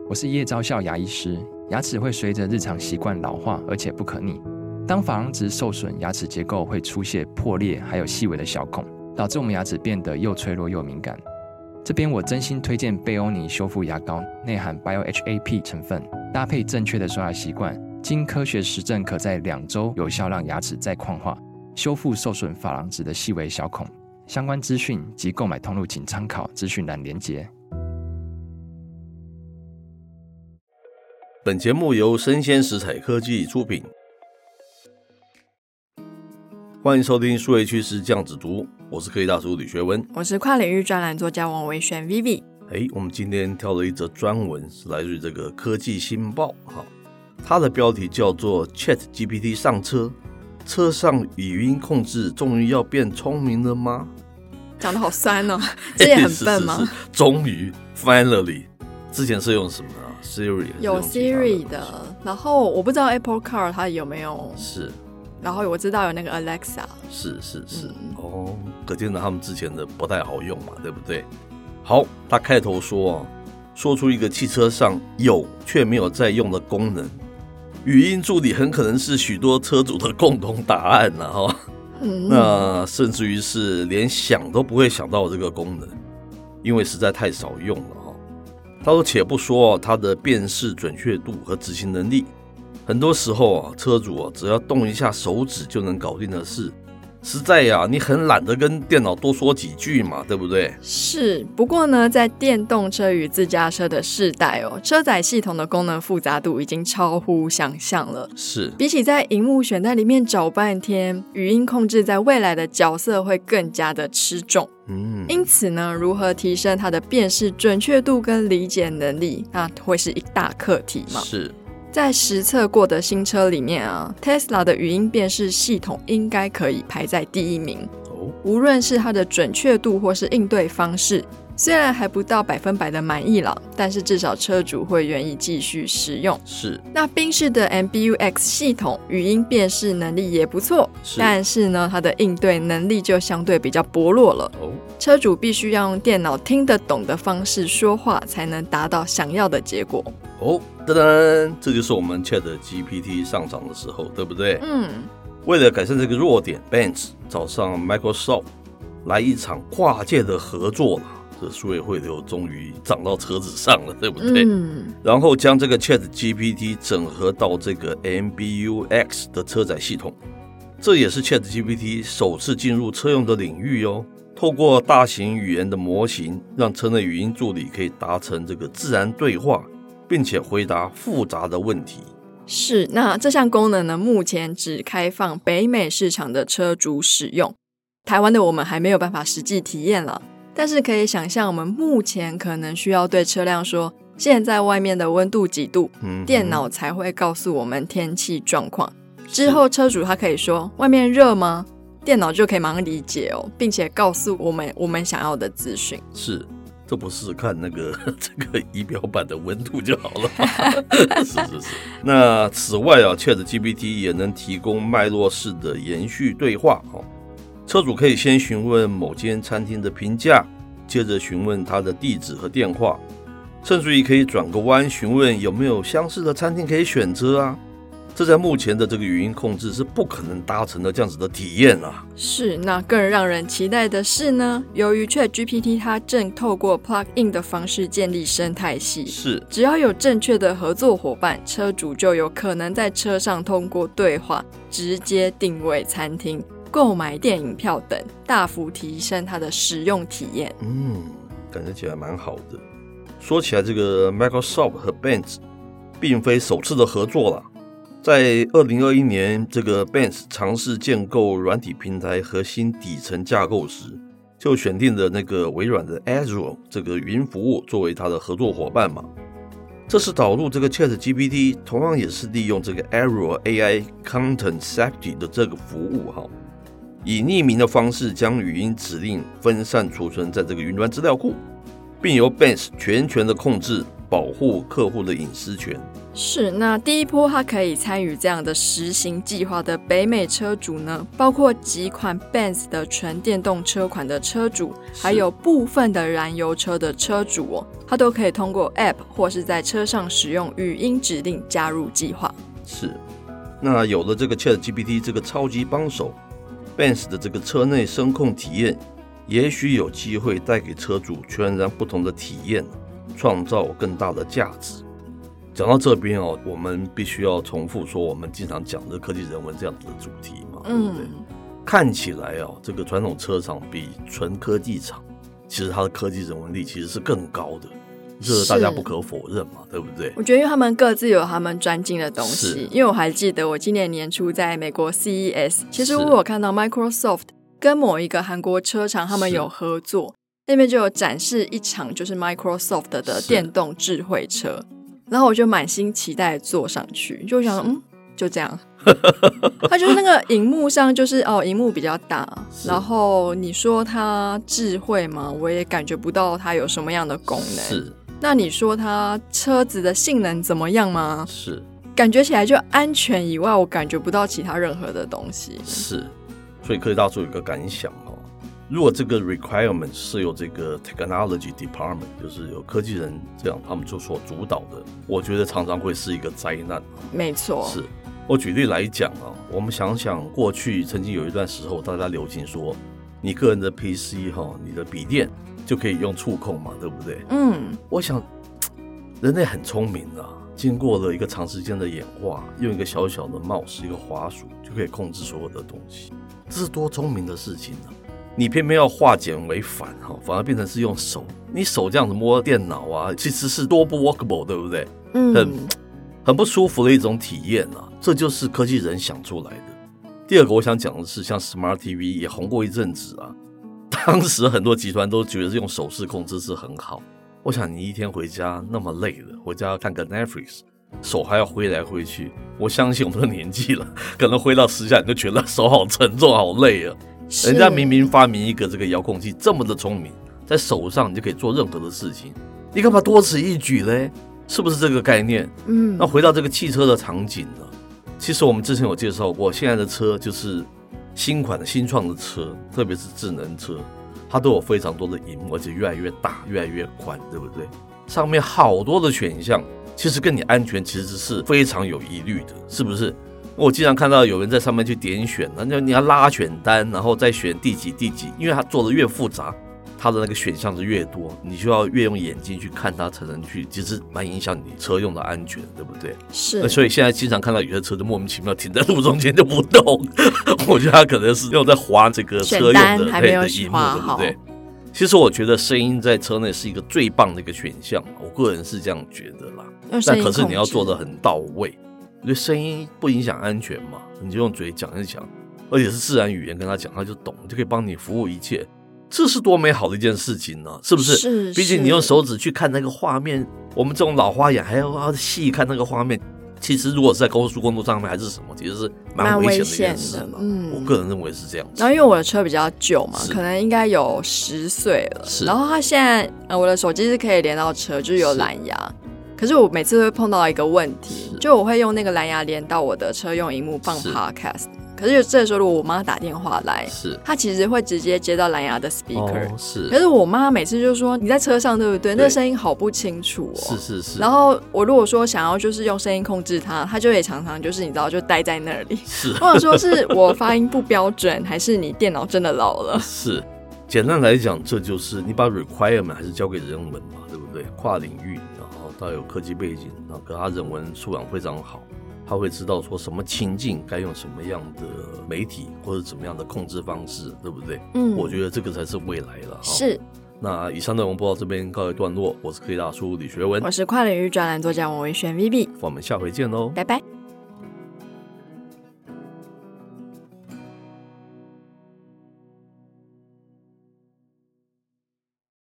我是叶昭孝牙医师。牙齿会随着日常习惯老化，而且不可逆。当珐琅质受损，牙齿结构会出现破裂，还有细微的小孔，导致我们牙齿变得又脆弱又敏感。这边我真心推荐贝欧尼修复牙膏，内含 BioHAP 成分，搭配正确的刷牙习惯，经科学实证可在2周有效让牙齿再矿化，修复受损珐琅质的细微小孔。相关资讯及购买通路请参考资讯栏连结。 本节目由生鲜食材科技出品，欢迎收听数位趋势酱子读，我是科技大叔李学文， 我是跨领域专栏作家王维璇 Vivi。 我们今天挑了一则专文，是来自于这个科技新报，它的标题叫做 ChatGPT 上车，车上语音控制终于要变聪明了吗？ 讲得好酸哦，这也很笨吗？ 是终于 finally， 之前是用什么Siri 有 Siri 的，然后我不知道 Apple Car 它有没有， 是， 然后我知道有那个 Alexa， 是、可见他们之前的不太好用嘛，对不对？好，他开头说出一个汽车上有却没有在用的功能，语音助理很可能是许多车主的共同答案那甚至于是连想都不会想到这个功能，因为实在太少用了他说，且不说它的辨识准确度和执行能力，很多时候车主只要动一下手指就能搞定的事，实在你很懒得跟电脑多说几句嘛，对不对？ 是，不过呢，在电动车与自驾车的世代车载系统的功能复杂度已经超乎想象了。 是， 比起在萤幕选单里面找半天，语音控制在未来的角色会更加的吃重。因此呢，如何提升它的辨识准确度跟理解能力，那会是一大课题嘛。 是， 在实测过的新车里面Tesla 的语音辨识系统应该可以排在第1名。无论是它的准确度或是应对方式，虽然还不到100%的满意了，但是至少车主会愿意继续使用。 是， 那宾士的 MBUX 系统语音辨识能力也不错，但是呢，它的应对能力就相对比较薄弱了。车主必须要用电脑听得懂的方式说话，才能达到想要的结果。 噔噔，这就是我们 ChatGPT 上场的时候，对不对？为了改善这个弱点 ，Benz 找上 Microsoft 来一场跨界的合作了。这数位汇流终于涨到车子上了，对不对？然后将这个 ChatGPT 整合到这个 MBUX 的车载系统，这也是 ChatGPT 首次进入车用的领域透过大型语言的模型，让车内语音助理可以达成这个自然对话，并且回答复杂的问题。 是，那这项功能呢，目前只开放北美市场的车主使用，台湾的我们还没有办法实际体验了。但是可以想象，我们目前可能需要对车辆说现在外面的温度几度，电脑才会告诉我们天气状况。之后车主他可以说外面热吗？电脑就可以马上理解并且告诉我们想要的资讯。 是，这不是看那个这个仪表板的温度就好了吗？是。那此外ChatGPT 也能提供脉络式的延续对话车主可以先询问某间餐厅的评价，接着询问他的地址和电话，甚至于可以转个弯询问有没有相似的餐厅可以选择这在目前的这个语音控制是不可能达成的这样子的体验是，那更让人期待的是呢，由于 ChatGPT 它正透过 plug-in 的方式建立生态系， 是， 只要有正确的合作伙伴，车主就有可能在车上通过对话直接定位餐厅、购买电影票等，大幅提升它的使用体验。 感觉起来蛮好的。说起来，这个 Microsoft 和 Benz 并非首次的合作了。在2021年，这个 Benz 尝试建构软体平台核心底层架构时，就选定了那个微软的 Azure 这个云服务作为它的合作伙伴嘛。这次导入这个 ChatGPT， 同样也是利用这个 Azure AI Content Safety 的这个服务以匿名的方式将语音指令分散储存在这个云端资料库，并由 Benz 全权的控制保护客户的隐私权。 是，那第一波他可以参与这样的实行计划的北美车主呢，包括几款 Benz 的纯电动车款的车主，还有部分的燃油车的车主哦，他都可以通过 App 或是在车上使用语音指令加入计划。 是，那有了这个 ChatGPT 这个超级帮手， Benz 的这个车内声控体验也许有机会带给车主全然不同的体验，创造更大的价值。讲到这边哦，我们必须要重复说我们经常讲的科技人文这样子的主题嘛，对不对？看起来哦，这个传统车厂比纯科技厂，其实它的科技人文力其实是更高的，这大家不可否认嘛，对不对？ 我觉得因为他们各自有他们专精的东西，因为我还记得我今年年初在美国 CES， 其实我有看到 Microsoft 跟某一个韩国车厂他们有合作，那边就有展示一场就是 Microsoft 的电动智慧车，然后我就满心期待坐上去，就想就这样它就是那个荧幕上就是荧幕比较大，然后你说它智慧吗？我也感觉不到它有什么样的功能。 是， 那你说它车子的性能怎么样吗？ 是， 感觉起来就安全以外，我感觉不到其他任何的东西。 是，所以科技大叔有一个感想哦，如果这个 requirement 是由这个 technology department， 就是有科技人这样他们就所主导的，我觉得常常会是一个灾难。 没错， 是。我举例来讲啊，我们想想过去曾经有一段时候，大家流行说，你个人的 PC 你的笔电就可以用触控嘛，对不对？我想人类很聪明啊，经过了一个长时间的演化，用一个小小的 mouse 一个滑鼠就可以控制所有的东西，这是多聪明的事情啊！你偏偏要化简为繁，反而变成是用手，你手这样子摸电脑啊，其实是多不 workable， 对不对？很不舒服的一种体验啊，这就是科技人想出来的。第二个我想讲的是，像 Smart TV 也红过一阵子啊，当时很多集团都觉得用手势控制是很好。我想你一天回家那么累了，回家看个 Netflix， 手还要挥来挥去，我相信我们的年纪了，可能挥到10下你就觉得手好沉重好累啊。人家明明发明一个这个遥控器这么的聪明，在手上你就可以做任何的事情，你干嘛多此一举嘞？是不是这个概念？那回到这个汽车的场景呢？其实我们之前有介绍过，现在的车就是新款的新创的车，特别是智能车，它都有非常多的萤幕，而且越来越大越来越宽，对不对？上面好多的选项，其实跟你安全其实是非常有疑虑的，是不是？我经常看到有人在上面去点选，你要拉选单，然后再选第几，因为它做的越复杂，它的那个选项是越多，你就要越用眼睛去看它才能去，其实蛮影响你车用的安全，对不对？ 是。 所以现在经常看到有些车就莫名其妙停在路中间就不动，我觉得它可能是用在滑这个车用的荧幕，对不对？其实我觉得声音在车内是一个最棒的一个选项，我个人是这样觉得啦。但可是你要做得很到位，我觉得声音不影响安全嘛，你就用嘴讲一讲，而且是自然语言跟他讲，他就懂，就可以帮你服务一切。这是多美好的一件事情呢，是不是？ 是。 毕竟你用手指去看那个画面，我们这种老花眼还要细看那个画面，其实如果是在高速公路上面还是什么，其实是蛮危险的一件事嘛。我个人认为是这样子。 然后因为我的车比较旧嘛，可能应该有10岁了，然后它现在我的手机是可以连到车，就是有蓝牙。可是我每次都会碰到一个问题，就我会用那个蓝牙连到我的车用萤幕放 podcast， 可是这时候如果我妈打电话来，她其实会直接接到蓝牙的 speaker，可是我妈每次就说你在车上对不对？那个声音好不清楚哦。 是。 然后我如果说想要就是用声音控制它，它就也常常就是你知道就待在那里。 是， 或者说是我发音不标准，还是你电脑真的老了？ 是，简单来讲，这就是你把 requirement 还是交给人文嘛，对不对？跨领域。他有科技背景，然后跟他人文素养非常好，他会知道说什么情境该用什么样的媒体或者怎么样的控制方式，对不对？我觉得这个才是未来了。 是。 那以上内容播到这边告一段落，我是科技大叔李学文， 我是跨领域专栏作家王维轩 Vivi， 我们下回见喽， 拜拜。